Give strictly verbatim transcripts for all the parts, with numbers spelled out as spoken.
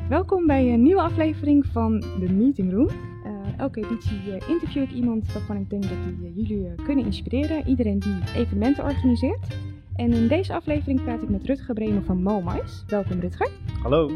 Welkom bij een nieuwe aflevering van de Meeting Room. Uh, elke editie uh, interview ik iemand waarvan ik denk dat die uh, jullie uh, kunnen inspireren. Iedereen die evenementen organiseert. En in deze aflevering praat ik met Rutger Bremer van MoMice. Welkom Rutger. Hallo.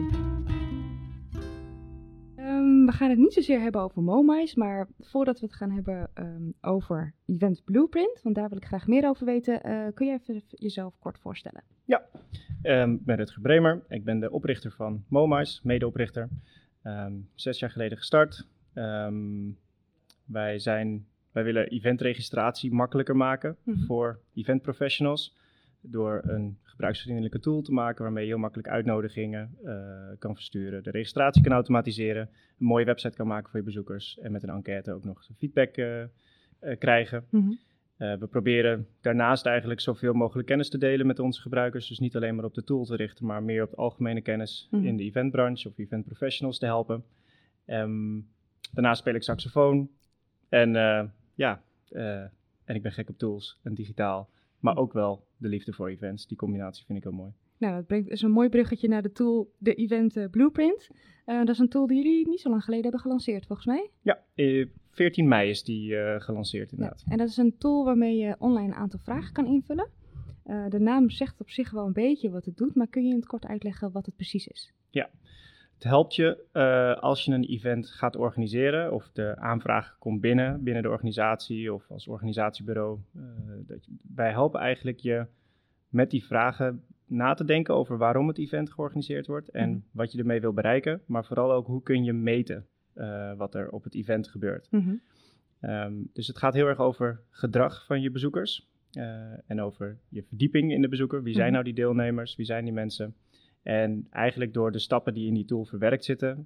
Um, we gaan het niet zozeer hebben over MoMice, maar voordat we het gaan hebben um, over Event Blueprint, want daar wil ik graag meer over weten, uh, kun je even jezelf kort voorstellen? Ja, um, ik ben Rutger Bremer. Ik ben de oprichter van MoMice, medeoprichter. Um, zes jaar geleden gestart. Um, wij, zijn, wij willen eventregistratie makkelijker maken mm-hmm. voor event professionals. Door een gebruiksvriendelijke tool te maken waarmee je heel makkelijk uitnodigingen uh, kan versturen. De registratie kan automatiseren. Een mooie website kan maken voor je bezoekers. En met een enquête ook nog feedback uh, uh, krijgen. Mm-hmm. Uh, we proberen daarnaast eigenlijk zoveel mogelijk kennis te delen met onze gebruikers. Dus niet alleen maar op de tool te richten, maar meer op de algemene kennis mm-hmm. in de eventbranche of event professionals te helpen. Um, daarnaast speel ik saxofoon. En uh, ja, uh, en ik ben gek op tools en digitaal. Maar ook wel de liefde voor events. Die combinatie vind ik heel mooi. Nou, dat brengt dus een mooi bruggetje naar de tool, de Event uh, Blueprint. Uh, dat is een tool die jullie niet zo lang geleden hebben gelanceerd, volgens mij. Ja, uh, veertien mei is die uh, gelanceerd inderdaad. Ja, en dat is een tool waarmee je online een aantal vragen kan invullen. Uh, de naam zegt op zich wel een beetje wat het doet, maar kun je in het kort uitleggen wat het precies is? Ja, het helpt je uh, als je een event gaat organiseren of de aanvraag komt binnen, binnen de organisatie of als organisatiebureau. Uh, dat je, wij helpen eigenlijk je met die vragen na te denken over waarom het event georganiseerd wordt en mm-hmm. wat je ermee wil bereiken, maar vooral ook hoe kun je meten uh, wat er op het event gebeurt. Mm-hmm. Um, dus het gaat heel erg over gedrag van je bezoekers uh, en over je verdieping in de bezoeker. Wie zijn mm-hmm. nou die deelnemers? Wie zijn die mensen? En eigenlijk door de stappen die in die tool verwerkt zitten,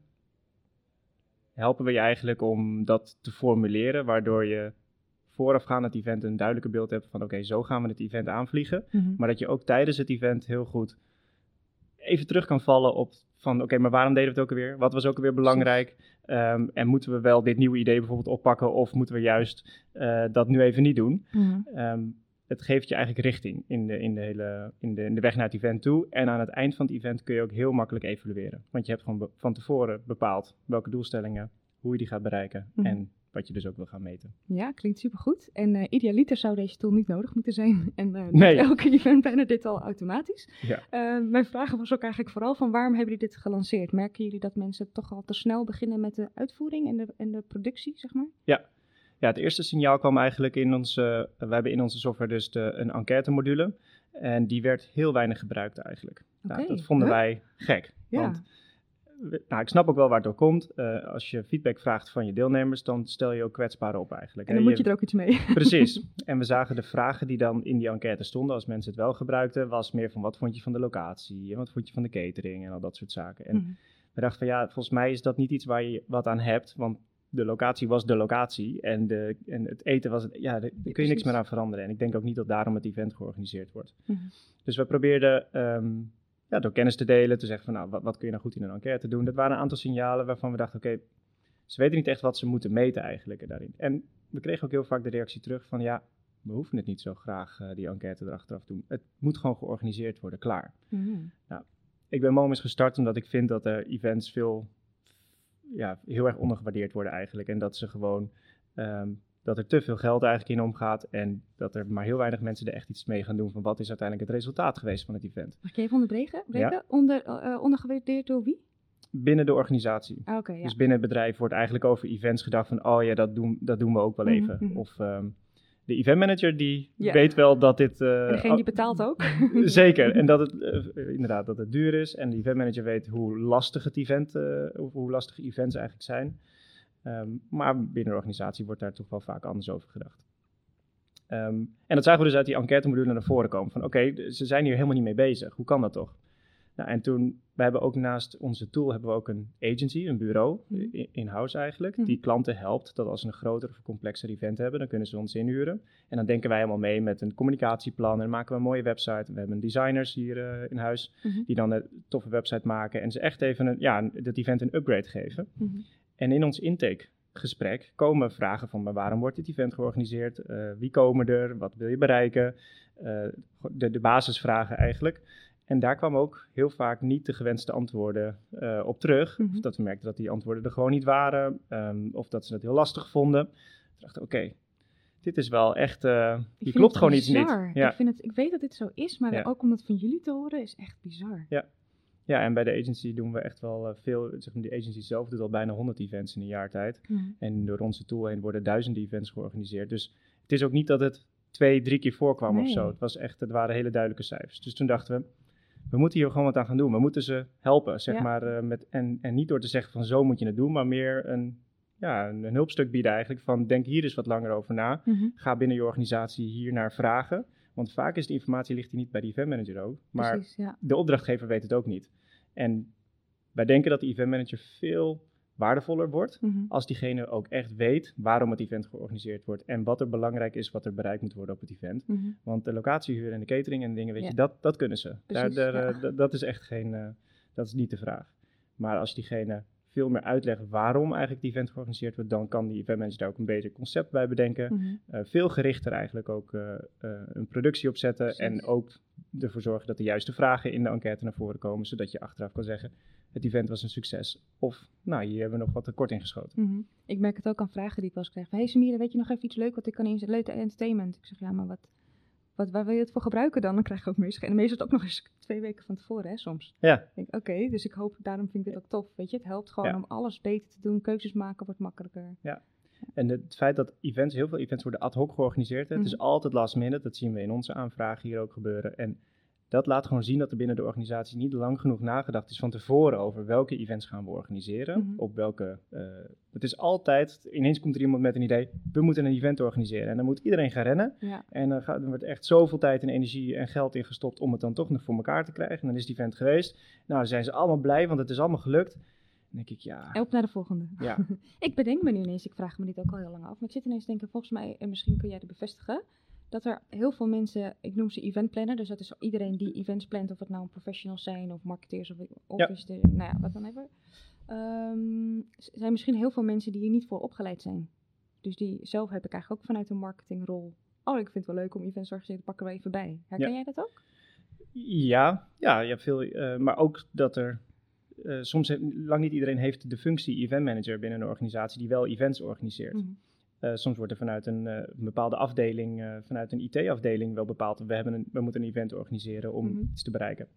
helpen we je eigenlijk om dat te formuleren, waardoor je voorafgaand het event een duidelijker beeld hebt van oké, okay, zo gaan we het event aanvliegen. Mm-hmm. Maar dat je ook tijdens het event heel goed even terug kan vallen op van oké, okay, maar waarom deden we het ook alweer? Wat was ook alweer belangrijk? Um, en moeten we wel dit nieuwe idee bijvoorbeeld oppakken of moeten we juist uh, dat nu even niet doen? Mm-hmm. Um, Het geeft je eigenlijk richting in de, in, de hele, in, de, in de weg naar het event toe. En aan het eind van het event kun je ook heel makkelijk evalueren. Want je hebt gewoon be- van tevoren bepaald welke doelstellingen, hoe je die gaat bereiken mm-hmm. en wat je dus ook wil gaan meten. Ja, klinkt supergoed. En uh, idealiter zou deze tool niet nodig moeten zijn. En uh, nee. Niet elke event bijna dit al automatisch. Ja. Uh, mijn vraag was ook eigenlijk vooral van waarom hebben jullie dit gelanceerd? Merken jullie dat mensen toch al te snel beginnen met de uitvoering en de, en de productie, zeg maar? Ja. Ja, het eerste signaal kwam eigenlijk in onze, uh, we hebben in onze software dus de, een enquête module en die werd heel weinig gebruikt eigenlijk. Okay. Nou, dat vonden huh? wij gek, ja. want we, nou, ik snap ook wel waar het door komt. Uh, als je feedback vraagt van je deelnemers, dan stel je ook kwetsbaar op eigenlijk. En dan hè? moet je, je er ook iets mee. Precies. En we zagen de vragen die dan in die enquête stonden, als mensen het wel gebruikten, was meer van wat vond je van de locatie en wat vond je van de catering en al dat soort zaken. En mm-hmm. we dachten van ja, volgens mij is dat niet iets waar je wat aan hebt, want de locatie was de locatie en, de, en het eten was het, ja, daar kun je niks meer aan veranderen. En ik denk ook niet dat daarom het event georganiseerd wordt. Mm-hmm. Dus we probeerden um, ja, door kennis te delen, te zeggen van nou, wat, wat kun je nou goed in een enquête doen. Dat waren een aantal signalen waarvan we dachten, oké, okay, ze weten niet echt wat ze moeten meten eigenlijk daarin. En we kregen ook heel vaak de reactie terug van ja, we hoeven het niet zo graag uh, die enquête erachteraf doen. Het moet gewoon georganiseerd worden, klaar. Mm-hmm. Nou, ik ben MoMice gestart omdat ik vind dat er events veel ja, heel erg ondergewaardeerd worden eigenlijk. En dat ze gewoon, um, dat er te veel geld eigenlijk in omgaat en dat er maar heel weinig mensen er echt iets mee gaan doen van wat is uiteindelijk het resultaat geweest van het event. Mag ik even onderbreken? Ja? Onder, uh, ondergewaardeerd door wie? Binnen de organisatie. Ah, okay, ja. Dus binnen het bedrijf wordt eigenlijk over events gedacht van oh ja, dat doen, dat doen we ook wel even. Mm-hmm. Of um, de eventmanager die yeah. weet wel dat dit... Uh, en degene die betaalt ook. Zeker. En dat het uh, inderdaad dat het duur is. En de eventmanager weet hoe lastig het event, uh, of hoe lastig events eigenlijk zijn. Um, maar binnen de organisatie wordt daar toch wel vaak anders over gedacht. Um, en dat zagen we dus uit die enquête-module naar voren komen. Van oké, okay, ze zijn hier helemaal niet mee bezig. Hoe kan dat toch? Nou, en toen, we hebben ook naast onze tool hebben we ook een agency, een bureau, mm. in-house eigenlijk, mm. die klanten helpt dat als ze een groter of complexer event hebben, dan kunnen ze ons inhuren. En dan denken wij helemaal mee met een communicatieplan en maken we een mooie website. We hebben designers hier uh, in huis, mm-hmm. die dan een toffe website maken en ze echt even een, ja, dat event een upgrade geven. Mm-hmm. En in ons intakegesprek komen vragen van, maar waarom wordt dit event georganiseerd? Uh, wie komen er? Wat wil je bereiken? Uh, de, de basisvragen eigenlijk. En daar kwamen ook heel vaak niet de gewenste antwoorden uh, op terug. Mm-hmm. Of dat we merkten dat die antwoorden er gewoon niet waren. Um, of dat ze het heel lastig vonden. Toen dachten we, oké, okay, dit is wel echt, uh, hier klopt gewoon iets niet. Ja. Ik, vind het, ik weet dat dit zo is, maar ja. ook om dat van jullie te horen is echt bizar. Ja, ja en bij de agency doen we echt wel uh, veel. Zeg maar, die agency zelf doet al bijna honderd events in een jaar tijd. Mm-hmm. En door onze tool heen worden duizenden events georganiseerd. Dus het is ook niet dat het twee, drie keer voorkwam nee. of zo. Het was echt, het waren hele duidelijke cijfers. Dus toen dachten we, we moeten hier gewoon wat aan gaan doen. We moeten ze helpen, zeg ja. maar. Uh, met, en, en niet door te zeggen van zo moet je het doen, maar meer een, ja, een, een hulpstuk bieden eigenlijk. Van denk hier eens wat langer over na. Mm-hmm. Ga binnen je organisatie hier naar vragen. Want vaak is de informatie ligt hier niet bij de event manager ook. Maar Precies, ja. de opdrachtgever weet het ook niet. En wij denken dat de event manager veel waardevoller wordt mm-hmm. als diegene ook echt weet waarom het event georganiseerd wordt en wat er belangrijk is, wat er bereikt moet worden op het event. Mm-hmm. Want de locatiehuur en de catering en dingen, weet ja. je, dat, dat kunnen ze. Precies, daar, daar, ja. uh, dat is echt geen, uh, dat is niet de vraag. Maar als diegene veel meer uitlegt waarom eigenlijk het event georganiseerd wordt, dan kan die event manager daar ook een beter concept bij bedenken. Mm-hmm. Uh, veel gerichter eigenlijk ook uh, uh, een productie opzetten Precies. en ook ervoor zorgen dat de juiste vragen in de enquête naar voren komen, zodat je achteraf kan zeggen, het event was een succes. Of, nou, hier hebben we nog wat tekort ingeschoten. Mm-hmm. Ik merk het ook aan vragen die ik wel eens krijg. Hé hey, Samira, weet je nog even iets leuk wat ik kan inzetten? Leuke entertainment. Ik zeg, ja, maar wat, wat, waar wil je het voor gebruiken dan? Dan krijg je ook meestal, en meestal ook nog eens twee weken van tevoren, hè, soms. Ja. Ik denk, oké, okay, dus ik hoop, daarom vind ik dit ook tof. Weet je, het helpt gewoon ja. om alles beter te doen. Keuzes maken wordt makkelijker. Ja. En het feit dat events, heel veel events worden ad hoc georganiseerd. Hè, mm-hmm. Het is altijd last minute. Dat zien we in onze aanvragen hier ook gebeuren. En dat laat gewoon zien dat er binnen de organisatie niet lang genoeg nagedacht is van tevoren over welke events gaan we organiseren. Mm-hmm. Op welke, uh, het is altijd, ineens komt er iemand met een idee, we moeten een event organiseren. En dan moet iedereen gaan rennen. Ja. En dan gaat, er wordt echt zoveel tijd en energie en geld ingestopt om het dan toch nog voor elkaar te krijgen. En dan is het event geweest. Nou, dan zijn ze allemaal blij, want het is allemaal gelukt. Dan denk ik, ja. En op naar de volgende. Ja. Ik bedenk me nu ineens, ik vraag me dit ook al heel lang af, maar ik zit ineens te denken, volgens mij, en misschien kun jij het bevestigen, dat er heel veel mensen, ik noem ze eventplanner, dus dat is iedereen die events plant, of het nou professionals zijn, of marketeers, of office, ja. de, nou ja, wat dan even. Um, zijn misschien heel veel mensen die hier niet voor opgeleid zijn. Dus die zelf heb ik eigenlijk ook vanuit een marketingrol. Oh, ik vind het wel leuk om events te organiseren, pakken we even bij. Herken ja. jij dat ook? Ja, ja, je hebt veel, uh, maar ook dat er uh, soms he, lang niet iedereen heeft de functie event manager binnen een organisatie die wel events organiseert. Mm-hmm. Uh, soms wordt er vanuit een, uh, een bepaalde afdeling, uh, vanuit een I T-afdeling wel bepaald, we, hebben een, we moeten een event organiseren om mm-hmm. iets te bereiken.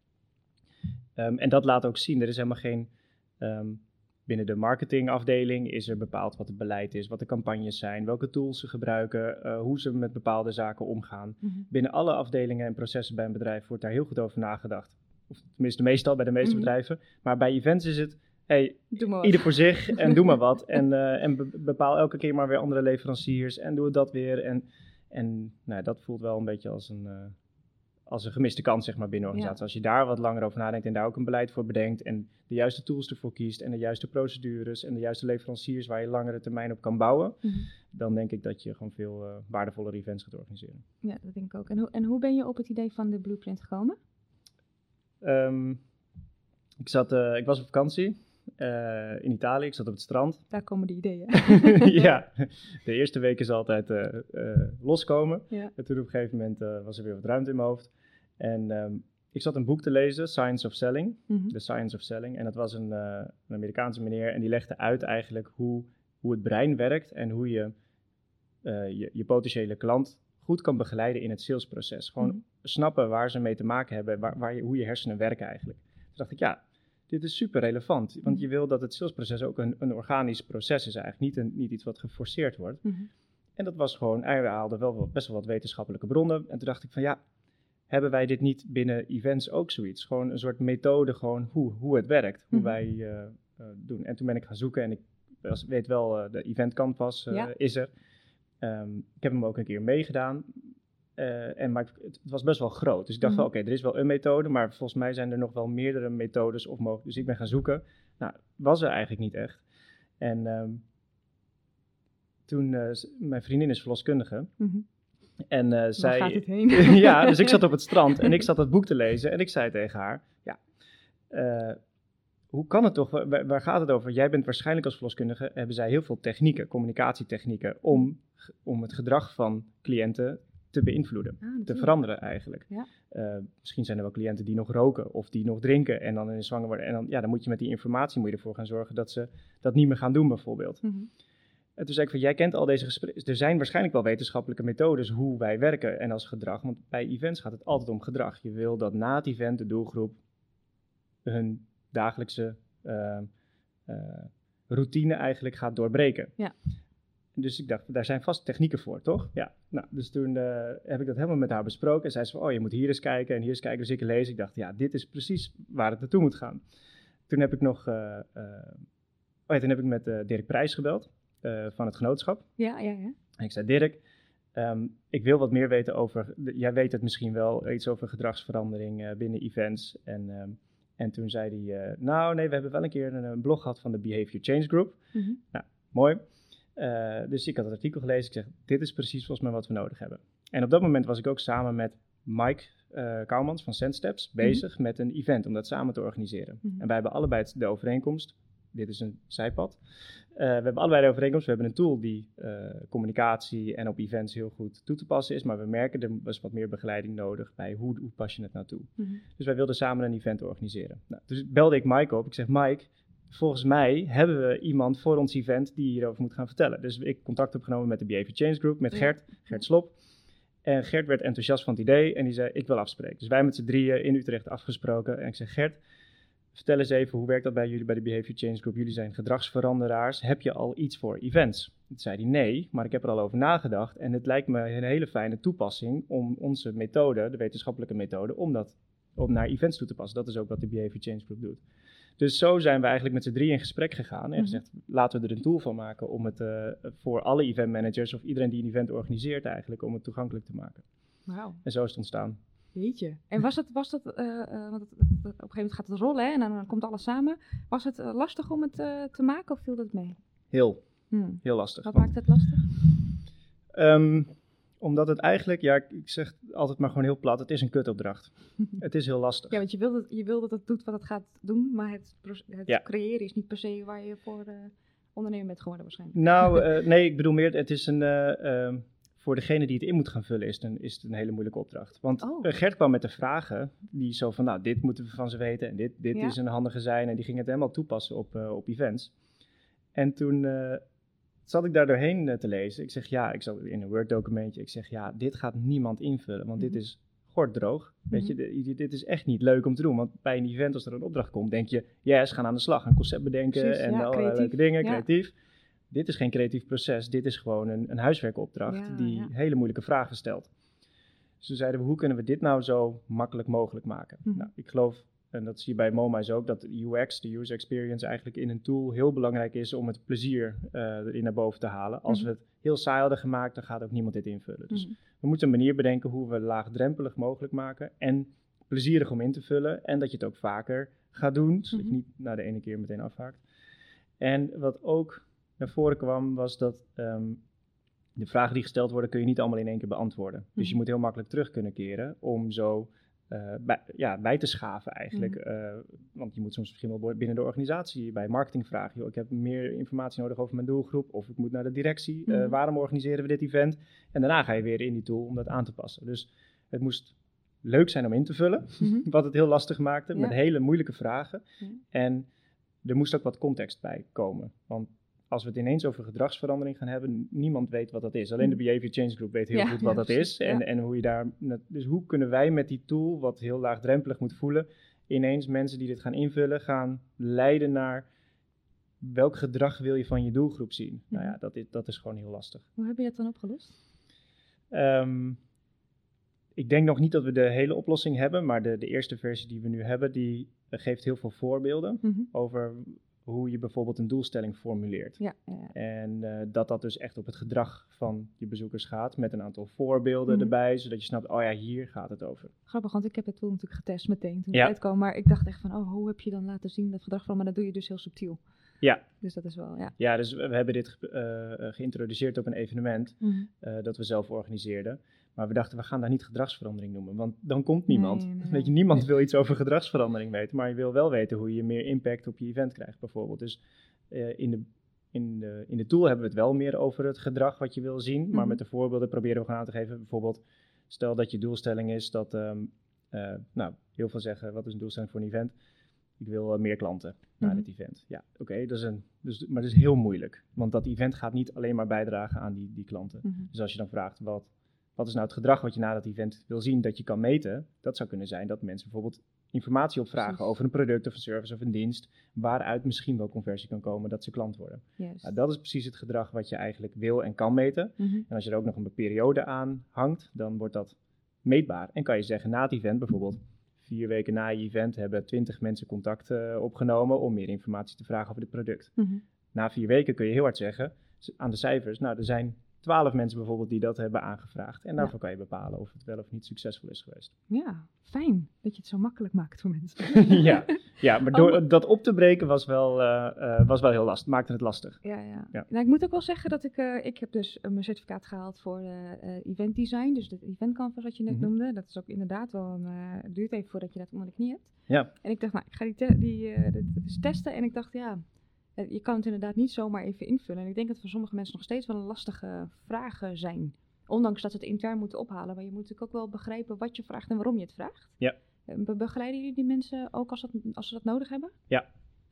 Um, en dat laat ook zien, er is helemaal geen, um, binnen de marketingafdeling is er bepaald wat het beleid is, wat de campagnes zijn, welke tools ze gebruiken, uh, hoe ze met bepaalde zaken omgaan. Mm-hmm. Binnen alle afdelingen en processen bij een bedrijf wordt daar heel goed over nagedacht. Of tenminste meestal, bij de meeste mm-hmm. bedrijven. Maar bij events is het, hey, ieder voor zich en doe maar wat. En, uh, en be- bepaal elke keer maar weer andere leveranciers en doe dat weer. En, en nou, dat voelt wel een beetje als een, uh, als een gemiste kans, zeg maar, binnen een organisatie. Ja. Als je daar wat langer over nadenkt en daar ook een beleid voor bedenkt en de juiste tools ervoor kiest en de juiste procedures en de juiste leveranciers waar je langere termijn op kan bouwen, mm-hmm. dan denk ik dat je gewoon veel uh, waardevollere events gaat organiseren. Ja, dat denk ik ook. En, ho- en hoe ben je op het idee van de Blueprint gekomen? Um, ik, zat, uh, ik was op vakantie. Uh, in Italië, ik zat op het strand. Daar komen de ideeën. Ja, de eerste week is altijd uh, uh, loskomen. Ja. En toen op een gegeven moment uh, was er weer wat ruimte in mijn hoofd. En um, ik zat een boek te lezen, Science of Selling. Mm-hmm. The Science of Selling. En dat was een, uh, een Amerikaanse meneer en die legde uit eigenlijk hoe, hoe het brein werkt en hoe je, uh, je je potentiële klant goed kan begeleiden in het salesproces. Gewoon mm-hmm. snappen waar ze mee te maken hebben, waar, waar je, hoe je hersenen werken eigenlijk. Toen dacht ik, ja, dit is super relevant, want je wil dat het salesproces ook een, een organisch proces is eigenlijk, niet, een, niet iets wat geforceerd wordt. Mm-hmm. En dat was gewoon, hij haalde wel best wel wat wetenschappelijke bronnen. En toen dacht ik van ja, hebben wij dit niet binnen events ook zoiets? Gewoon een soort methode, gewoon hoe, hoe het werkt, hoe mm-hmm. wij uh, uh, doen. En toen ben ik gaan zoeken en ik was, weet wel, uh, de Event Canvas uh, ja. is er. Um, ik heb hem ook een keer meegedaan. Uh, en, maar het, het was best wel groot. Dus ik dacht, mm-hmm. oké, okay, er is wel een methode, maar volgens mij zijn er nog wel meerdere methodes of mogelijk. Dus ik ben gaan zoeken. Nou, was er eigenlijk niet echt. En um, toen, uh, mijn vriendin is verloskundige. Mm-hmm. En uh, zij... Waar gaat het heen? Ja, dus ik zat op het strand en ik zat dat boek te lezen. En ik zei tegen haar, ja, uh, hoe kan het toch, waar, waar gaat het over? Jij bent waarschijnlijk als verloskundige, hebben zij heel veel technieken, communicatietechnieken, om, om het gedrag van cliënten te beïnvloeden, ah, te veranderen eigenlijk. Ja. Uh, misschien zijn er wel cliënten die nog roken of die nog drinken en dan in zwanger worden. En dan, ja, dan moet je met die informatie moet je ervoor gaan zorgen dat ze dat niet meer gaan doen bijvoorbeeld. Mm-hmm. En toen zei ik van, jij kent al deze gesprekken. Er zijn waarschijnlijk wel wetenschappelijke methodes hoe wij werken en als gedrag. Want bij events gaat het altijd om gedrag. Je wil dat na het event de doelgroep hun dagelijkse uh, uh, routine eigenlijk gaat doorbreken. Ja. Dus ik dacht, daar zijn vast technieken voor, toch? Ja. Nou, dus toen uh, heb ik dat helemaal met haar besproken. En zei ze van, oh, je moet hier eens kijken en hier eens kijken. Dus ik lees. Ik dacht, ja, dit is precies waar het naartoe moet gaan. Toen heb ik nog, uh, uh, oh ja, toen heb ik met uh, Dirk Prijs gebeld. Uh, van het genootschap. Ja, ja, ja. En ik zei, Dirk, um, ik wil wat meer weten over, de, jij weet het misschien wel, iets over gedragsverandering uh, binnen events. En, um, en toen zei hij, uh, nou nee, we hebben wel een keer een, een blog gehad van de Behavior Change Group. Mm-hmm. Nou, mooi. Uh, dus ik had het artikel gelezen, ik zeg, dit is precies volgens mij wat we nodig hebben. En op dat moment was ik ook samen met Mike uh, Kouwmans van SendSteps bezig mm-hmm. met een event om dat samen te organiseren. Mm-hmm. En wij hebben allebei de overeenkomst. Dit is een zijpad. Uh, we hebben allebei de overeenkomst. We hebben een tool die uh, communicatie en op events heel goed toe te passen is. Maar we merken, er was wat meer begeleiding nodig bij hoe, hoe pas je het nou toe. Mm-hmm. Dus wij wilden samen een event organiseren. Nou, dus belde ik Mike op. Ik zeg, Mike, volgens mij hebben we iemand voor ons event die hierover moet gaan vertellen. Dus ik contact opgenomen met de Behavior Change Group, met Gert, Gert Slop. En Gert werd enthousiast van het idee en die zei, ik wil afspreken. Dus wij met z'n drieën in Utrecht afgesproken. En ik zeg, Gert, vertel eens even, hoe werkt dat bij jullie bij de Behavior Change Group? Jullie zijn gedragsveranderaars. Heb je al iets voor events? Toen zei hij nee, maar ik heb er al over nagedacht. En het lijkt me een hele fijne toepassing om onze methode, de wetenschappelijke methode, om dat om naar events toe te passen. Dat is ook wat de Behavior Change Group doet. Dus zo zijn we eigenlijk met z'n drieën in gesprek gegaan en mm-hmm. gezegd, laten we er een tool van maken om het uh, voor alle event managers of iedereen die een event organiseert eigenlijk, om het toegankelijk te maken. Wauw. En zo is het ontstaan. Jeetje. En was het, was dat, uh, uh, want het, het, op een gegeven moment gaat het rollen hè, en dan, dan komt alles samen. Was het uh, lastig om het uh, te maken of viel dat mee? Heel, hmm. heel lastig. Wat want, maakt het lastig? Um, omdat het eigenlijk, ja, ik zeg altijd maar gewoon heel plat, het is een kutopdracht. Het is heel lastig. Ja, want je wil, dat, je wil dat het doet wat het gaat doen, maar het, het ja. creëren is niet per se waar je voor uh, ondernemer bent geworden waarschijnlijk. Nou, uh, nee, ik bedoel meer, het is een... Uh, uh, voor degene die het in moet gaan vullen is het een, is het een hele moeilijke opdracht. Want oh. Gert kwam met de vragen, die zo van, nou, dit moeten we van ze weten en dit, dit ja. is een handige zijn. En die ging het helemaal toepassen op, uh, op events. En toen uh, zat ik daar doorheen uh, te lezen. Ik zeg, ja, ik zat in een Word-documentje. Ik zeg, ja, dit gaat niemand invullen, want mm-hmm. dit is gorddroog. Mm-hmm. Weet je, de, dit is echt niet leuk om te doen. Want bij een event, als er een opdracht komt, denk je, yes, gaan aan de slag. Een concept bedenken Precies, en ja, allerlei leuke dingen, ja. creatief. Dit is geen creatief proces, dit is gewoon een, een huiswerkopdracht ja, die ja. hele moeilijke vragen stelt. Dus toen zeiden we, hoe kunnen we dit nou zo makkelijk mogelijk maken? Mm-hmm. Nou, ik geloof, en dat zie je bij MoMA's ook, dat de U X, de user experience, eigenlijk in een tool heel belangrijk is om het plezier uh, erin naar boven te halen. Als mm-hmm. we het heel saai hadden gemaakt, dan gaat ook niemand dit invullen. Dus mm-hmm. we moeten een manier bedenken hoe we laagdrempelig mogelijk maken en plezierig om in te vullen. En dat je het ook vaker gaat doen, zodat mm-hmm. je niet na de ene keer meteen afhaakt. En wat ook naar voren kwam, was dat um, de vragen die gesteld worden, kun je niet allemaal in één keer beantwoorden. Mm-hmm. Dus je moet heel makkelijk terug kunnen keren om zo uh, bij, ja, bij te schaven eigenlijk. Mm-hmm. Uh, want je moet soms misschien wel binnen de organisatie bij marketing vragen, joh, ik heb meer informatie nodig over mijn doelgroep, of ik moet naar de directie, mm-hmm. uh, waarom organiseren we dit event? En daarna ga je weer in die tool om dat aan te passen. Dus het moest leuk zijn om in te vullen, mm-hmm. wat het heel lastig maakte, ja. met hele moeilijke vragen. Mm-hmm. En er moest ook wat context bij komen, want als we het ineens over gedragsverandering gaan hebben, niemand weet wat dat is. Alleen de Behavior Change Group weet heel ja, goed wat ja, dat is. En, ja. en hoe je daar. Dus hoe kunnen wij met die tool, wat heel laagdrempelig moet voelen, ineens mensen die dit gaan invullen, gaan leiden naar welk gedrag wil je van je doelgroep zien? Mm-hmm. Nou ja, dat is, dat is gewoon heel lastig. Hoe heb je dat dan opgelost? Um, ik denk nog niet dat we de hele oplossing hebben, maar de, de eerste versie die we nu hebben, die geeft heel veel voorbeelden mm-hmm. over hoe je bijvoorbeeld een doelstelling formuleert. Ja, ja, ja. En uh, dat dat dus echt op het gedrag van je bezoekers gaat, met een aantal voorbeelden mm-hmm. erbij, zodat je snapt, oh ja, hier gaat het over. Grappig, want ik heb het toen natuurlijk getest meteen toen ja. het uitkwam, maar ik dacht echt van, oh, hoe heb je dan laten zien dat gedrag van, maar dat doe je dus heel subtiel. Ja. Dus dat is wel, ja. Ja, dus we hebben dit uh, geïntroduceerd op een evenement mm-hmm. uh, dat we zelf organiseerden. Maar we dachten, we gaan daar niet gedragsverandering noemen, want dan komt niemand. Nee, nee. Weet je, niemand wil iets over gedragsverandering weten, maar je wil wel weten hoe je meer impact op je event krijgt bijvoorbeeld. Dus uh, in, de, in, de, in de tool hebben we het wel meer over het gedrag wat je wil zien, mm-hmm. maar met de voorbeelden proberen we gewoon aan te geven, bijvoorbeeld, Stel dat je doelstelling is dat, um, uh, nou, heel veel zeggen, wat is een doelstelling voor een event? Ik wil uh, meer klanten naar mm-hmm. dit event. Ja, oké, okay, dat is een, dus, maar dat is heel moeilijk. Want dat event gaat niet alleen maar bijdragen aan die, die klanten. Mm-hmm. Dus als je dan vraagt, wat, wat is nou het gedrag wat je na dat event wil zien dat je kan meten? Dat zou kunnen zijn dat mensen bijvoorbeeld informatie opvragen Precies. over een product of een service of een dienst, waaruit misschien wel conversie kan komen dat ze klant worden. Yes. Nou, dat is precies het gedrag wat je eigenlijk wil en kan meten. Mm-hmm. En als je er ook nog een periode aan hangt, dan wordt dat meetbaar. En kan je zeggen, na het event bijvoorbeeld, vier weken na je event hebben twintig mensen contact uh, opgenomen om meer informatie te vragen over het product. Mm-hmm. Na vier weken kun je heel hard zeggen, aan de cijfers, nou er zijn twaalf mensen bijvoorbeeld die dat hebben aangevraagd. En daarvoor ja. kan je bepalen of het wel of niet succesvol is geweest. Ja, fijn dat je het zo makkelijk maakt voor mensen. ja, ja, maar door oh. dat op te breken was wel, uh, uh, was wel heel lastig. Maakte het lastig. Ja, ja. ja. Nou, ik moet ook wel zeggen dat ik, uh, ik heb dus uh, mijn certificaat gehaald voor uh, uh, event design. Dus de event canvas wat je net mm-hmm. noemde. Dat is ook inderdaad wel een, uh, het duurt even voordat je dat onder de knie hebt. Ja. En ik dacht, nou, ik ga die, te- die uh, dat eens testen. En ik dacht, ja... Je kan het inderdaad niet zomaar even invullen. En ik denk dat het voor sommige mensen nog steeds wel een lastige vragen zijn. Ondanks dat ze het intern moeten ophalen. Maar je moet natuurlijk ook wel begrijpen wat je vraagt en waarom je het vraagt. Ja. Be- begeleiden jullie die mensen ook als, dat, als ze dat nodig hebben? Ja.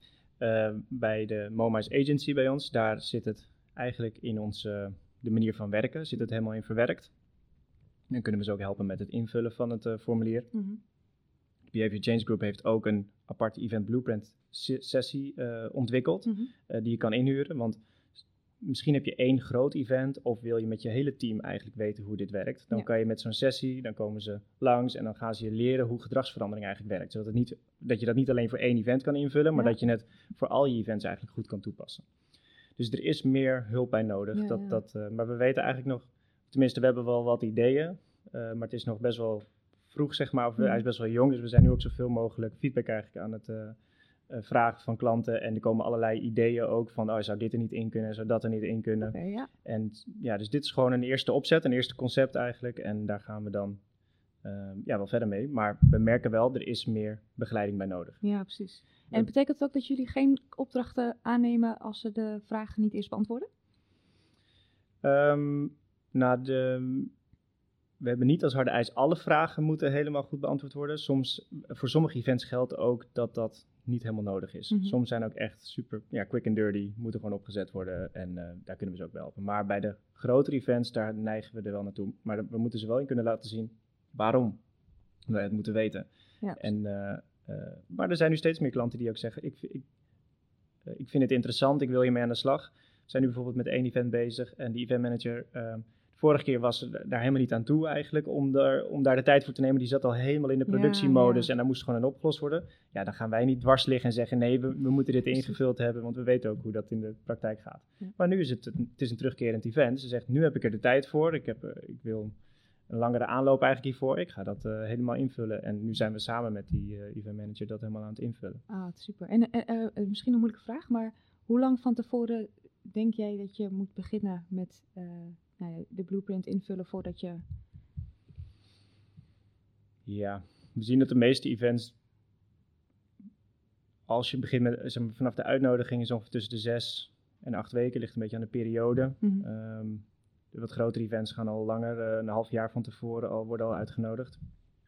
Uh, bij de MoMa's Agency bij ons, daar zit het eigenlijk in onze, de manier van werken, zit het helemaal in verwerkt. Dan kunnen we ze ook helpen met het invullen van het uh, formulier. Mm-hmm. Behavior Change Group heeft ook een aparte event blueprint sessie uh, ontwikkeld, mm-hmm. uh, die je kan inhuren. Want misschien heb je één groot event of wil je met je hele team eigenlijk weten hoe dit werkt. Dan ja. kan je met zo'n sessie, dan komen ze langs en dan gaan ze je leren hoe gedragsverandering eigenlijk werkt. Zodat het niet, dat je dat niet alleen voor één event kan invullen, maar ja. dat je het voor al je events eigenlijk goed kan toepassen. Dus er is meer hulp bij nodig. Ja, dat, ja. Dat, uh, maar we weten eigenlijk nog, tenminste we hebben wel wat ideeën, uh, maar het is nog best wel vroeg, zeg maar, of mm. hij is best wel jong, dus we zijn nu ook zoveel mogelijk feedback eigenlijk aan het uh, uh, vragen van klanten. En er komen allerlei ideeën ook van, oh, zou dit er niet in kunnen, zou dat er niet in kunnen. Okay, ja. En ja, dus dit is gewoon een eerste opzet, een eerste concept eigenlijk. En daar gaan we dan uh, ja, wel verder mee. Maar we merken wel, er is meer begeleiding bij nodig. Ja, precies. En betekent het ook dat jullie geen opdrachten aannemen als ze de vragen niet eerst beantwoorden? Um, nou, de... We hebben niet als harde eis alle vragen moeten helemaal goed beantwoord worden. Soms, voor sommige events geldt ook dat dat niet helemaal nodig is. Mm-hmm. Soms zijn ook echt super, ja, quick and dirty, moeten gewoon opgezet worden en uh, daar kunnen we ze ook bij helpen. Maar bij de grotere events, daar neigen we er wel naartoe. Maar we moeten ze wel in kunnen laten zien waarom we het moeten weten. Ja. En, uh, uh, maar er zijn nu steeds meer klanten die ook zeggen, ik, ik, uh, ik vind het interessant, ik wil hiermee aan de slag. We zijn nu bijvoorbeeld met één event bezig en die eventmanager... Uh, Vorige keer was ze daar helemaal niet aan toe eigenlijk, om, daar, om daar de tijd voor te nemen. Die zat al helemaal in de productiemodus ja, ja. en daar moest gewoon een opgelost worden. Ja, dan gaan wij niet dwars liggen en zeggen, nee, we, we moeten dit ingevuld hebben, want we weten ook hoe dat in de praktijk gaat. Ja. Maar nu is het, het is een terugkerend event. Ze zegt, nu heb ik er de tijd voor. Ik, heb, uh, ik wil een langere aanloop eigenlijk hiervoor. Ik ga dat uh, helemaal invullen. En nu zijn we samen met die uh, event manager dat helemaal aan het invullen. Ah, super. En uh, uh, misschien een moeilijke vraag, maar hoe lang van tevoren denk jij dat je moet beginnen met... Uh, Nou, de blueprint invullen voordat je... Ja, we zien dat de meeste events, als je begint met, zeg maar, vanaf de uitnodiging is ongeveer tussen de zes en acht weken, ligt een beetje aan de periode. Mm-hmm. Um, de wat grotere events gaan al langer, uh, een half jaar van tevoren al, worden al uitgenodigd.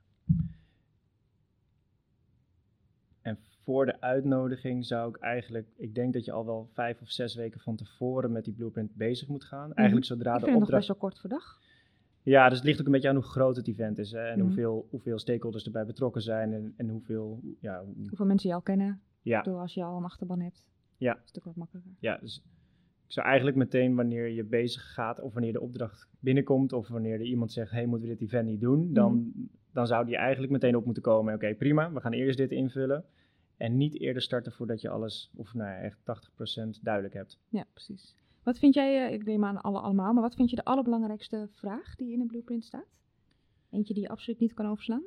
En voor de uitnodiging zou ik eigenlijk, ik denk dat je al wel vijf of zes weken van tevoren met die blueprint bezig moet gaan. Mm-hmm. Eigenlijk zodra ik de vind opdracht... het nog best wel kort voor dag. Ja, dus het ligt ook een beetje aan hoe groot het event is hè, en mm-hmm. hoeveel, hoeveel stakeholders erbij betrokken zijn en, en hoeveel... Ja, hoeveel mensen je al kennen, ja. door als je al een achterban hebt. Ja. Dat is natuurlijk wat makkelijker. Ja, dus ik zou eigenlijk meteen wanneer je bezig gaat of wanneer de opdracht binnenkomt of wanneer er iemand zegt, hey, moeten we dit event niet doen? Dan, mm-hmm. dan zou die eigenlijk meteen op moeten komen. Oké, okay, prima, we gaan eerst dit invullen. En niet eerder starten voordat je alles, of nou ja, echt tachtig procent duidelijk hebt. Ja, precies. Wat vind jij, ik neem aan alle allemaal, maar wat vind je de allerbelangrijkste vraag die in de blueprint staat? Eentje die je absoluut niet kan overslaan?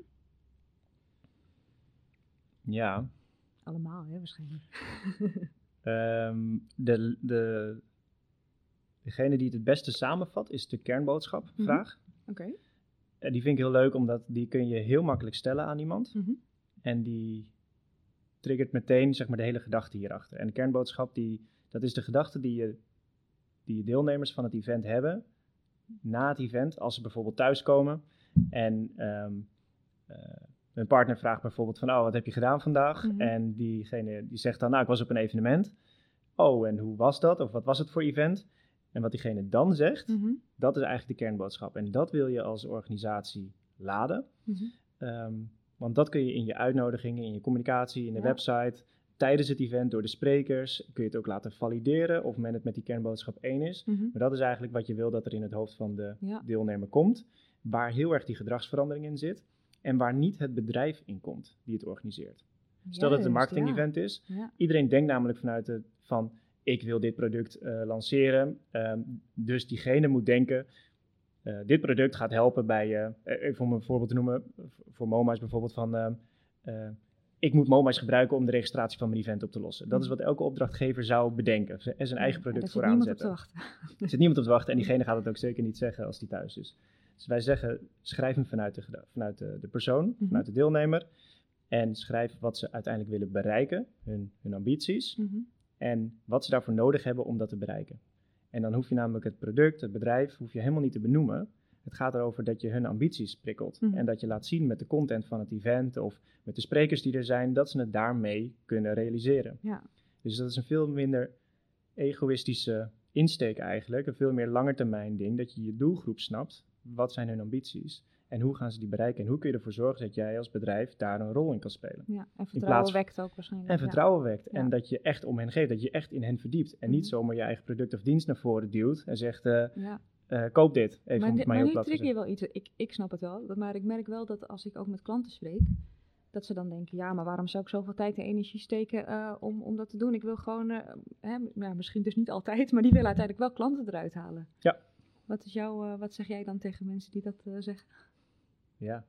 Ja. Allemaal, hè, waarschijnlijk. um, de, de, degene die het het beste samenvat is de kernboodschapvraag. Mm-hmm. Oké. Okay. Uh, die vind ik heel leuk, omdat die kun je heel makkelijk stellen aan iemand. Mm-hmm. En die triggert meteen, zeg maar, de hele gedachte hierachter. En de kernboodschap, die, dat is de gedachte die je, die je deelnemers van het event hebben na het event, als ze bijvoorbeeld thuiskomen En um, uh, mijn partner vraagt bijvoorbeeld van, oh, wat heb je gedaan vandaag? Mm-hmm. En diegene die zegt dan, nou, ik was op een evenement. Oh, en hoe was dat? Of wat was het voor event? En wat diegene dan zegt, mm-hmm. dat is eigenlijk de kernboodschap. En dat wil je als organisatie laden. Mm-hmm. Um, want dat kun je in je uitnodigingen, in je communicatie, in de ja. website, tijdens het event, door de sprekers, kun je het ook laten valideren of men het met die kernboodschap één is. Mm-hmm. Maar dat is eigenlijk wat je wil dat er in het hoofd van de ja. deelnemer komt, waar heel erg die gedragsverandering in zit en waar niet het bedrijf in komt die het organiseert. Stel dat het een marketing event is, ja. iedereen denkt namelijk vanuit het van, ik wil dit product uh, lanceren, um, dus diegene moet denken, uh, dit product gaat helpen bij, uh, even om een voorbeeld te noemen, voor MoMA's bijvoorbeeld van, uh, uh, ik moet MoMA's gebruiken om de registratie van mijn event op te lossen. Dat is wat elke opdrachtgever zou bedenken en zijn eigen product vooraan zetten. Er zit niemand op te wachten. Er zit niemand op te wachten en diegene gaat het ook zeker niet zeggen als die thuis is. Dus wij zeggen, schrijf hem vanuit de, vanuit de, de persoon, mm-hmm. vanuit de deelnemer en schrijf wat ze uiteindelijk willen bereiken, hun, hun ambities. Mm-hmm. En wat ze daarvoor nodig hebben om dat te bereiken. En dan hoef je namelijk het product, het bedrijf, hoef je helemaal niet te benoemen. Het gaat erover dat je hun ambities prikkelt. Mm-hmm. En dat je laat zien met de content van het event of met de sprekers die er zijn, dat ze het daarmee kunnen realiseren. Ja. Dus dat is een veel minder egoïstische insteek eigenlijk. Een veel meer langetermijn ding, dat je je doelgroep snapt. Wat zijn hun ambities? En hoe gaan ze die bereiken? En hoe kun je ervoor zorgen dat jij als bedrijf daar een rol in kan spelen? Ja, en vertrouwen van, wekt ook waarschijnlijk. En vertrouwen ja. wekt. Ja. En dat je echt om hen geeft. Dat je echt in hen verdiept. En mm-hmm. niet zomaar je eigen product of dienst naar voren duwt. En zegt, uh, ja. uh, koop dit. Even maar om het maar heel nu plat te trigger je wel iets. Ik, ik snap het wel. Maar ik merk wel dat als ik ook met klanten spreek. Dat ze dan denken, ja, maar waarom zou ik zoveel tijd en energie steken uh, om, om dat te doen? Ik wil gewoon, uh, hè, ja, misschien dus niet altijd. Maar die willen uiteindelijk wel klanten eruit halen. Ja. Wat, is jouw, uh, wat zeg jij dan tegen mensen die dat uh, zeggen? Ja,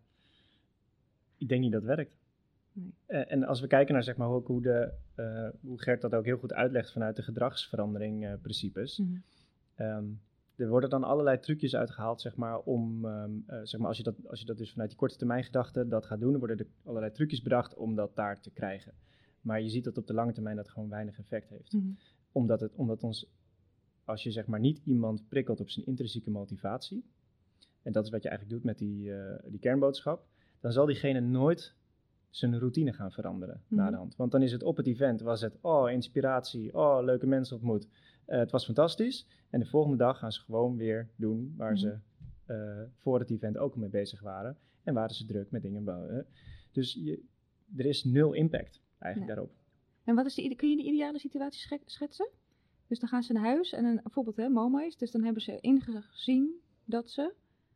ik denk niet dat het werkt. Nee. Uh, en als we kijken naar zeg maar ook hoe, de, uh, hoe Gert dat ook heel goed uitlegt vanuit de gedragsverandering uh, principes. Mm-hmm. Um, er worden dan allerlei trucjes uitgehaald zeg maar om, um, uh, zeg maar als je, dat, als je dat dus vanuit die korte termijn gedachte dat gaat doen, dan worden er allerlei trucjes bedacht om dat daar te krijgen. Maar je ziet dat op de lange termijn dat gewoon weinig effect heeft. Mm-hmm. Omdat het, omdat ons, als je zeg maar niet iemand prikkelt op zijn intrinsieke motivatie, en dat is wat je eigenlijk doet met die, uh, die kernboodschap, dan zal diegene nooit zijn routine gaan veranderen mm-hmm. na de hand. Want dan is het op het event, was het, oh, inspiratie, oh, leuke mensen ontmoet. Uh, het was fantastisch. En de volgende dag gaan ze gewoon weer doen waar mm-hmm. ze uh, voor het event ook mee bezig waren. En waren ze druk met dingen bouwen. Dus je, er is nul impact eigenlijk ja. daarop. En wat is de, kun je de ideale situatie schetsen? Dus dan gaan ze naar huis en een, bijvoorbeeld hè, MoMA's. Dus dan hebben ze ingezien dat ze...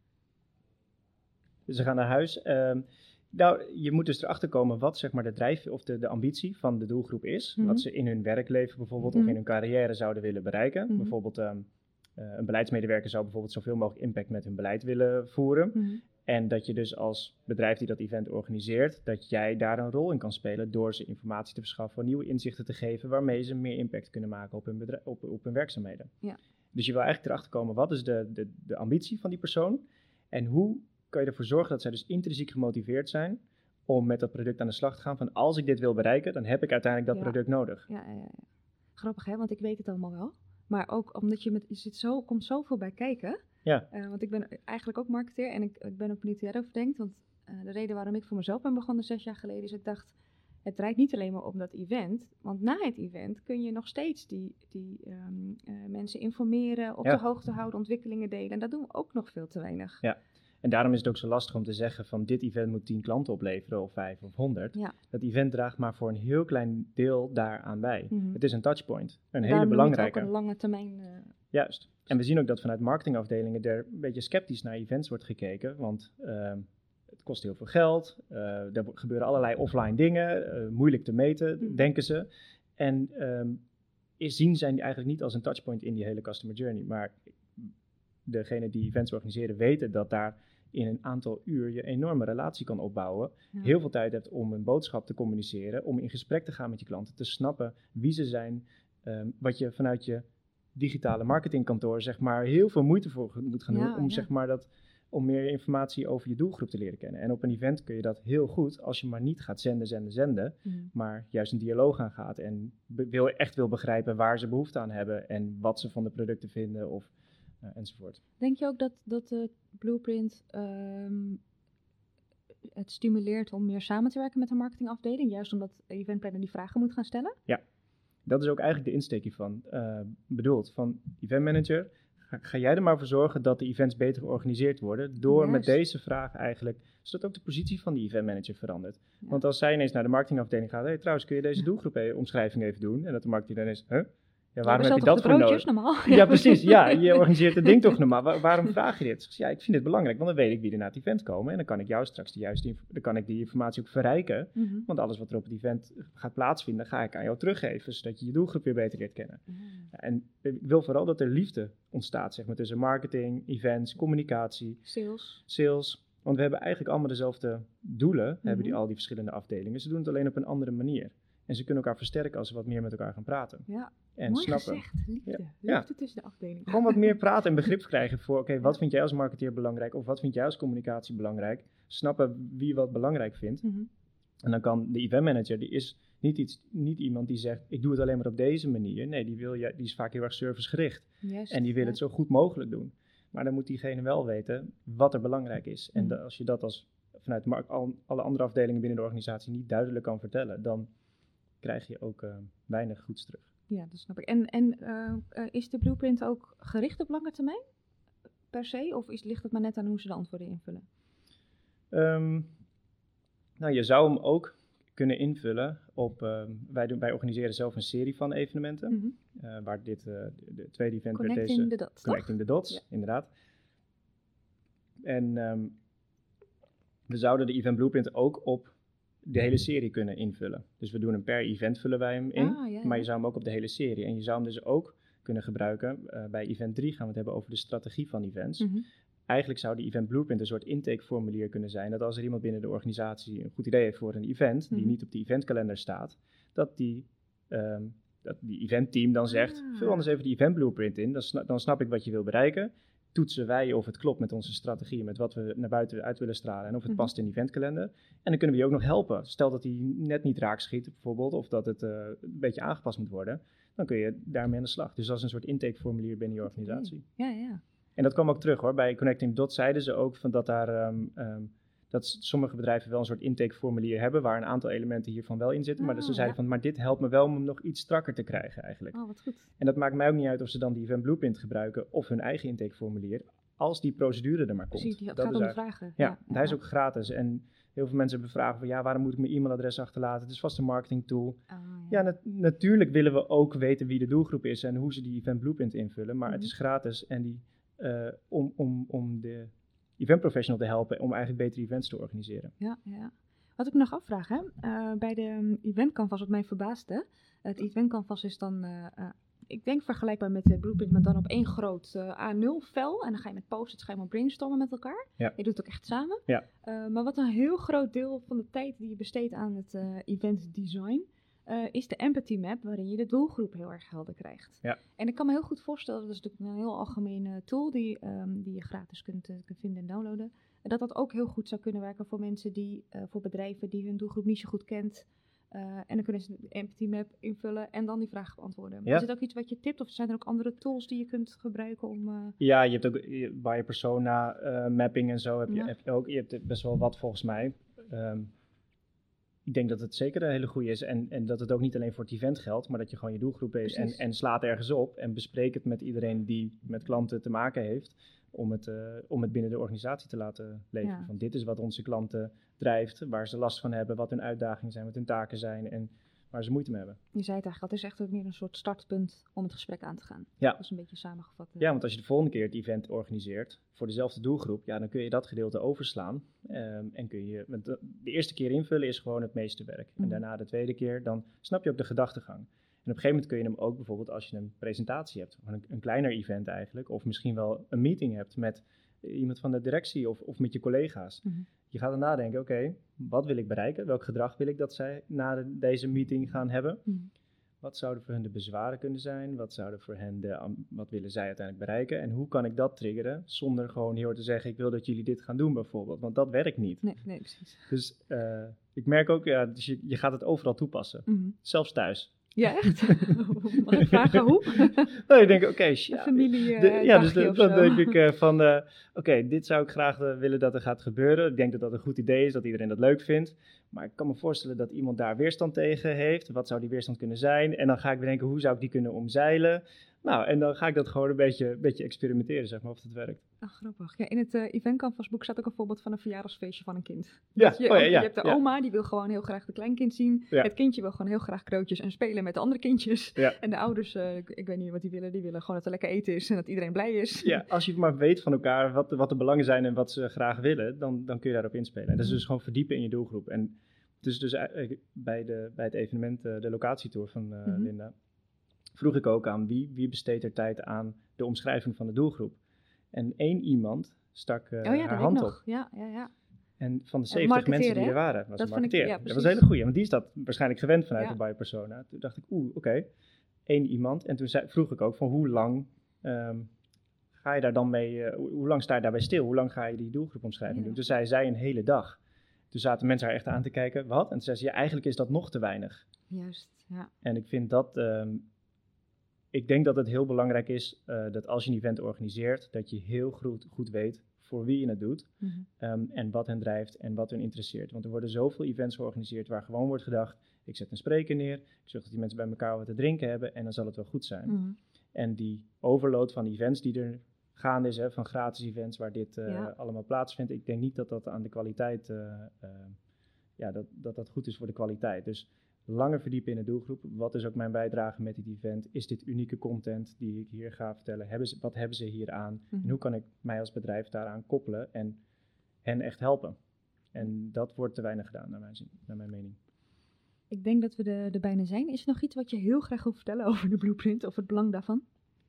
Dus ze gaan naar huis. Um, nou, je moet dus erachter komen wat zeg maar de drijf of de, de ambitie van de doelgroep is. Mm-hmm. Wat ze in hun werkleven bijvoorbeeld mm-hmm. of in hun carrière zouden willen bereiken. Mm-hmm. Bijvoorbeeld um, uh, een beleidsmedewerker zou bijvoorbeeld zoveel mogelijk impact met hun beleid willen voeren. Mm-hmm. En dat je dus als bedrijf die dat event organiseert, dat jij daar een rol in kan spelen door ze informatie te verschaffen, nieuwe inzichten te geven waarmee ze meer impact kunnen maken op hun, bedrijf, op, op hun werkzaamheden. Ja. Dus je wil eigenlijk erachter komen wat is de, de, de ambitie van die persoon en hoe kan je ervoor zorgen dat zij dus intrinsiek gemotiveerd zijn om met dat product aan de slag te gaan. Van als ik dit wil bereiken, dan heb ik uiteindelijk dat ja. product nodig. Ja, ja, ja. Grappig hè, want ik weet het allemaal wel. Maar ook omdat je met, je zit zo, komt zoveel bij kijken. Ja. Uh, want ik ben eigenlijk ook marketeer en ik, ik ben ook benieuwd hoe jij erover denkt. Want uh, de reden waarom ik voor mezelf ben begonnen zes jaar geleden is ik dacht, het draait niet alleen maar om dat event. Want na het event kun je nog steeds die, die um, uh, mensen informeren, op ja. de hoogte houden, ontwikkelingen delen. En dat doen we ook nog veel te weinig. Ja. En daarom is het ook zo lastig om te zeggen van dit event moet tien klanten opleveren of vijf of honderd. Ja. Dat event draagt maar voor een heel klein deel daaraan bij. Mm-hmm. Het is een touchpoint, een en hele belangrijke. Ook een lange termijn. Uh... Juist. En we zien ook dat vanuit marketingafdelingen er een beetje sceptisch naar events wordt gekeken. Want uh, het kost heel veel geld, uh, er gebeuren allerlei offline dingen, uh, moeilijk te meten, mm-hmm. denken ze. En um, is, zien zij die eigenlijk niet als een touchpoint in die hele customer journey. Maar degene die events organiseren weten dat daar in een aantal uur je enorme relatie kan opbouwen. Ja. Heel veel tijd hebt om een boodschap te communiceren, om in gesprek te gaan met je klanten, te snappen wie ze zijn, um, wat je vanuit je digitale marketingkantoor zeg maar heel veel moeite voor moet gaan doen ja, om ja. zeg maar dat om meer informatie over je doelgroep te leren kennen. En op een event kun je dat heel goed als je maar niet gaat zenden, zenden, zenden, mm. maar juist een dialoog aangaat en be- wil, echt wil begrijpen waar ze behoefte aan hebben en wat ze van de producten vinden of uh, enzovoort. Denk je ook dat, dat de Blueprint um, het stimuleert om meer samen te werken met de marketingafdeling? Juist omdat de eventplanner die vragen moet gaan stellen? Ja, dat is ook eigenlijk de insteek hiervan uh, bedoeld. Van eventmanager, ga, ga jij er maar voor zorgen dat de events beter georganiseerd worden. Door Juist. met deze vraag eigenlijk, zodat ook de positie van die eventmanager verandert. Ja. Want als zij ineens naar de marketingafdeling gaat, hey, trouwens kun je deze doelgroep omschrijving even doen? En dat de marketing dan is, huh? Ja, waarom ja, heb je dat voor nodig? Normaal? Ja, precies. Ja, je organiseert het ding toch normaal. Waar, waarom vraag je dit? Ja, ik vind dit belangrijk, want dan weet ik wie er naar het event komen. En dan kan ik jou straks de juiste dan kan ik die informatie ook verrijken. Mm-hmm. Want alles wat er op het event gaat plaatsvinden, ga ik aan jou teruggeven. Zodat je je doelgroep weer beter leert kennen. Mm. Ja, en ik wil vooral dat er liefde ontstaat, zeg maar, tussen marketing, events, communicatie. Sales. Sales. Want we hebben eigenlijk allemaal dezelfde doelen, mm-hmm. hebben die, al die verschillende afdelingen. Ze doen het alleen op een andere manier. En ze kunnen elkaar versterken als ze wat meer met elkaar gaan praten. Ja, en mooi snappen. gezegd. Liefde. Ja. Liefde ja. tussen de afdelingen. Gewoon wat meer praten en begrip krijgen voor, oké, okay, wat vind jij als marketeer belangrijk? Of wat vind jij als communicatie belangrijk? Snappen wie wat belangrijk vindt. Mm-hmm. En dan kan de eventmanager, die is niet, iets, niet iemand die zegt, ik doe het alleen maar op deze manier. Nee, die, wil, die is vaak heel erg servicegericht. Juist, en die wil ja. het zo goed mogelijk doen. Maar dan moet diegene wel weten wat er belangrijk is. Mm-hmm. En de, als je dat als vanuit de markt, al, alle andere afdelingen binnen de organisatie niet duidelijk kan vertellen, dan krijg je ook uh, weinig goeds terug. Ja, dat snap ik. En, en uh, uh, is de Blueprint ook gericht op lange termijn, per se? Of is, ligt het maar net aan hoe ze de antwoorden invullen? Um, nou, je zou hem ook kunnen invullen op... Uh, wij, doen, wij organiseren zelf een serie van evenementen. Mm-hmm. Uh, waar dit, uh, de, de tweede event Connecting werd deze... the Dots, Connecting toch? the Dots, ja. inderdaad. En um, we zouden de Event Blueprint ook op de hele serie kunnen invullen. Dus we doen hem per event, vullen wij hem in, ah, ja, ja. maar je zou hem ook op de hele serie. En je zou hem dus ook kunnen gebruiken, uh, bij event drie gaan we het hebben over de strategie van events. Mm-hmm. Eigenlijk zou die Event Blueprint een soort intakeformulier kunnen zijn, dat als er iemand binnen de organisatie een goed idee heeft voor een event, mm-hmm. die niet op de eventkalender staat, dat die, um, dat die eventteam dan zegt, ah. vul anders even die Event Blueprint in, dan, sna- dan snap ik wat je wil bereiken. Toetsen wij of het klopt met onze strategie, met wat we naar buiten uit willen stralen en of het mm-hmm. past in de eventkalender. En dan kunnen we je ook nog helpen. Stel dat hij net niet raak schiet bijvoorbeeld, of dat het uh, een beetje aangepast moet worden, dan kun je daarmee aan de slag. Dus dat is een soort intakeformulier binnen je organisatie. Ja, ja. En dat kwam ook terug hoor. Bij Connecting Dots zeiden ze ook van dat daar um, um, dat sommige bedrijven wel een soort intakeformulier hebben, waar een aantal elementen hiervan wel in zitten. Oh, maar dus ze zeiden ja. van, maar dit helpt me wel om hem nog iets strakker te krijgen eigenlijk. Oh, wat goed. En dat maakt mij ook niet uit of ze dan die Event Blueprint gebruiken of hun eigen intakeformulier, als die procedure er maar komt. Precies, dat, dat gaat om de vragen. Ja, ja, hij ja. is ook gratis. En heel veel mensen hebben vragen van, ja, waarom moet ik mijn e-mailadres achterlaten? Het is vast een marketing tool. Oh, ja, ja nat- natuurlijk willen we ook weten wie de doelgroep is en hoe ze die Event Blueprint invullen, maar mm-hmm. het is gratis en die, uh, om, om, om de event professional te helpen om eigenlijk betere events te organiseren. Ja, ja. Wat ik me nog afvraag, hè? Uh, bij de um, event canvas, wat mij verbaasde, het event canvas is dan, uh, uh, ik denk vergelijkbaar met de Blueprint, maar dan op één groot uh, A nul vel. En dan ga je met post-its ga je maar brainstormen met elkaar. Ja. Je doet het ook echt samen. Ja. Uh, maar wat een heel groot deel van de tijd die je besteedt aan het uh, event design, Uh, is de empathy map, waarin je de doelgroep heel erg helder krijgt. Ja. En ik kan me heel goed voorstellen, dat is natuurlijk een heel algemene tool die, um, die je gratis kunt, uh, kunt vinden en downloaden, dat dat ook heel goed zou kunnen werken voor mensen die, uh, voor bedrijven die hun doelgroep niet zo goed kent. Uh, en dan kunnen ze de empathy map invullen en dan die vragen beantwoorden. Ja. Is het ook iets wat je tipt of zijn er ook andere tools die je kunt gebruiken om... Uh... Ja, je hebt ook bij je persona uh, mapping en zo heb je, ja. heb je ook. Je hebt best wel wat volgens mij. Um, Ik denk dat het zeker een hele goede is en, en dat het ook niet alleen voor het event geldt, maar dat je gewoon je doelgroep weet en, en slaat ergens op en bespreek het met iedereen die met klanten te maken heeft om het, uh, om het binnen de organisatie te laten leven. Ja. Van dit is wat onze klanten drijft, waar ze last van hebben, wat hun uitdagingen zijn, wat hun taken zijn en waar ze moeite mee hebben. Je zei het eigenlijk, dat is echt meer een soort startpunt om het gesprek aan te gaan. Ja. Dat is een beetje samengevat. Uh. Ja, want als je de volgende keer het event organiseert voor dezelfde doelgroep, ja, dan kun je dat gedeelte overslaan. Um, en kun je, want de, de eerste keer invullen is gewoon het meeste werk. Mm. En daarna de tweede keer, dan snap je ook de gedachtegang. En op een gegeven moment kun je hem ook bijvoorbeeld als je een presentatie hebt, een, een kleiner event eigenlijk, of misschien wel een meeting hebt met iemand van de directie of, of met je collega's. Mm-hmm. Je gaat dan nadenken, oké, okay, wat wil ik bereiken? Welk gedrag wil ik dat zij na de, deze meeting gaan hebben? Mm. Wat zouden voor hen de bezwaren kunnen zijn? Wat zouden voor hen de, wat willen zij uiteindelijk bereiken? En hoe kan ik dat triggeren zonder gewoon heel hard te zeggen, ik wil dat jullie dit gaan doen bijvoorbeeld. Want dat werkt niet. Nee, nee, precies. Dus uh, ik merk ook, ja, dus je, je gaat het overal toepassen. Mm-hmm. Zelfs thuis. Ja, echt? Mag ik vragen hoe? Nou, ik denk, oké, okay, ja, familie uh, de, ja, dus de, dan zo. denk ik uh, van, uh, oké, okay, dit zou ik graag uh, willen dat er gaat gebeuren. Ik denk dat dat een goed idee is, dat iedereen dat leuk vindt. Maar ik kan me voorstellen dat iemand daar weerstand tegen heeft. Wat zou die weerstand kunnen zijn? En dan ga ik bedenken, hoe zou ik die kunnen omzeilen? Nou, en dan ga ik dat gewoon een beetje, een beetje experimenteren, zeg maar, of het werkt. Ach, grappig. Ja, in het uh, Event Canvas boek staat ook een voorbeeld van een verjaardagsfeestje van een kind. Ja, je, oh, ja, ja, je hebt de ja. oma, die wil gewoon heel graag de kleinkind zien. Ja. Het kindje wil gewoon heel graag krootjes en spelen met de andere kindjes. Ja. En de ouders, uh, ik, ik weet niet wat die willen, die willen gewoon dat er lekker eten is en dat iedereen blij is. Ja, als je maar weet van elkaar wat de, wat de belangen zijn en wat ze graag willen, dan, dan kun je daarop inspelen. En dat is dus gewoon verdiepen in je doelgroep. En dus, dus uh, bij, de, bij het evenement, uh, de locatietour van uh, mm-hmm. Linda, vroeg ik ook aan wie, wie besteedt er tijd aan de omschrijving van de doelgroep. En één iemand stak uh, oh ja, haar hand op. Ja, ja, ja. En van de zeventig ja, mensen die er hè? waren, was dat een marketeer. Ik, ja, dat was een hele goeie, want die is dat waarschijnlijk gewend vanuit ja. de buyer persona. Toen dacht ik, oeh, oké, okay, één iemand. En toen zei, vroeg ik ook van hoe lang um, ga je daar dan mee, uh, hoe lang sta je daarbij stil? Hoe lang ga je die doelgroepomschrijving ja. doen? Toen zei zij een hele dag. Toen zaten mensen haar echt aan te kijken, wat? En toen zei ze, ja, eigenlijk is dat nog te weinig. Juist, ja. En ik vind dat... Um, Ik denk dat het heel belangrijk is uh, dat als je een event organiseert, dat je heel goed, goed weet voor wie je het doet mm-hmm. um, en wat hen drijft en wat hen interesseert. Want er worden zoveel events georganiseerd waar gewoon wordt gedacht, ik zet een spreker neer, ik zorg dat die mensen bij elkaar wat te drinken hebben en dan zal het wel goed zijn. Mm-hmm. En die overload van events die er gaande is, hè, van gratis events waar dit uh, ja. allemaal plaatsvindt, ik denk niet dat dat aan de kwaliteit, uh, uh, ja, dat, dat dat goed is voor de kwaliteit. Dus langer verdiepen in de doelgroep. Wat is ook mijn bijdrage met dit event? Is dit unieke content die ik hier ga vertellen? Hebben ze, wat hebben ze hier aan? Mm-hmm. En hoe kan ik mij als bedrijf daaraan koppelen en hen echt helpen? En dat wordt te weinig gedaan, naar mijn, zin, naar mijn mening. Ik denk dat we er, er bijna zijn. Is er nog iets wat je heel graag wil vertellen over de blueprint of het belang daarvan?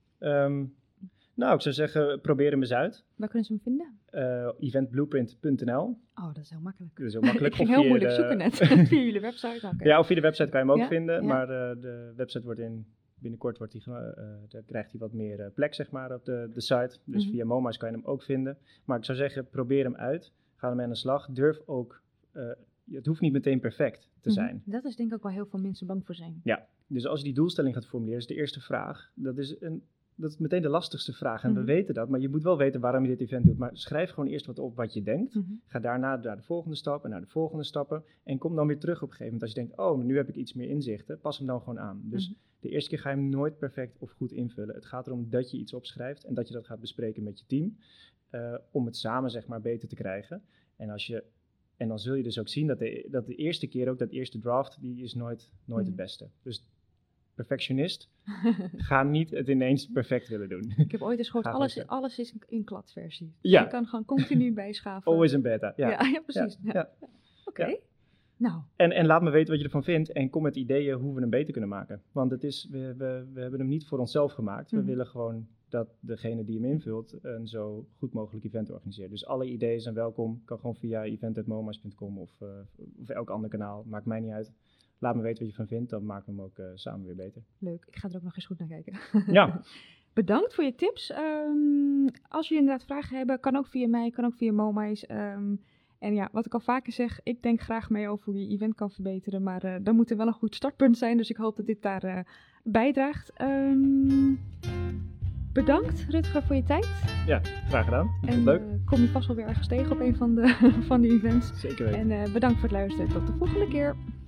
Um, nou, ik zou zeggen, probeer hem eens uit. Waar kunnen ze hem vinden? Uh, event blueprint punt n l. Oh, dat is heel makkelijk. Dat is heel makkelijk. Ik ging heel moeilijk de... zoeken net. Via jullie website. Okay. Ja, of via de website kan je hem ook ja? vinden. Ja. Maar uh, de website wordt in, binnenkort wordt die, uh, daar krijgt hij wat meer uh, plek, zeg maar, op de, de site. Dus mm-hmm. via Momice kan je hem ook vinden. Maar ik zou zeggen, probeer hem uit. Ga ermee aan de slag. Durf ook... Uh, het hoeft niet meteen perfect te zijn. Mm-hmm. Dat is denk ik ook waar heel veel mensen bang voor zijn. Ja, dus als je die doelstelling gaat formuleren, is de eerste vraag. Dat is een... Dat is meteen de lastigste vraag en mm-hmm. we weten dat, maar je moet wel weten waarom je dit event doet. Maar schrijf gewoon eerst wat op wat je denkt. Mm-hmm. Ga daarna naar de volgende stap en naar de volgende stappen. En kom dan weer terug op een gegeven moment. Als je denkt, oh, nu heb ik iets meer inzichten, pas hem dan gewoon aan. Dus mm-hmm. de eerste keer ga je hem nooit perfect of goed invullen. Het gaat erom dat je iets opschrijft en dat je dat gaat bespreken met je team. Uh, om het samen, zeg maar, beter te krijgen. En, als je, en dan zul je dus ook zien dat de, dat de eerste keer ook, dat eerste draft, die is nooit, nooit mm-hmm. het beste. Dus perfectionist, ga niet het ineens perfect willen doen. Ik heb ooit eens gehoord, alles, alles is in kladversie. Ja. Je kan gewoon continu bijschaven. Always in beta, ja. Ja, ja precies. Ja. Ja. Oké, okay. ja. nou. En, en laat me weten wat je ervan vindt en kom met ideeën hoe we hem beter kunnen maken. Want het is, we, we, we hebben hem niet voor onszelf gemaakt. Mm-hmm. We willen gewoon dat degene die hem invult een zo goed mogelijk event organiseert. Dus alle ideeën zijn welkom. Kan gewoon via event at momice punt com of, uh, of elk ander kanaal. Maakt mij niet uit. Laat me weten wat je van vindt, dan maken we hem ook uh, samen weer beter. Leuk, ik ga er ook nog eens goed naar kijken. Ja. Bedankt voor je tips. Um, als jullie inderdaad vragen hebben, kan ook via mij, kan ook via Momice. Um, en ja, wat ik al vaker zeg, ik denk graag mee over hoe je event kan verbeteren. Maar uh, dan moet er wel een goed startpunt zijn, dus ik hoop dat dit daar uh, bijdraagt. Um, bedankt Rutger voor je tijd. Ja, graag gedaan. En leuk. Uh, kom je vast wel weer ergens tegen op een van de, van de events. Zeker weten. En uh, bedankt voor het luisteren. Tot de volgende keer.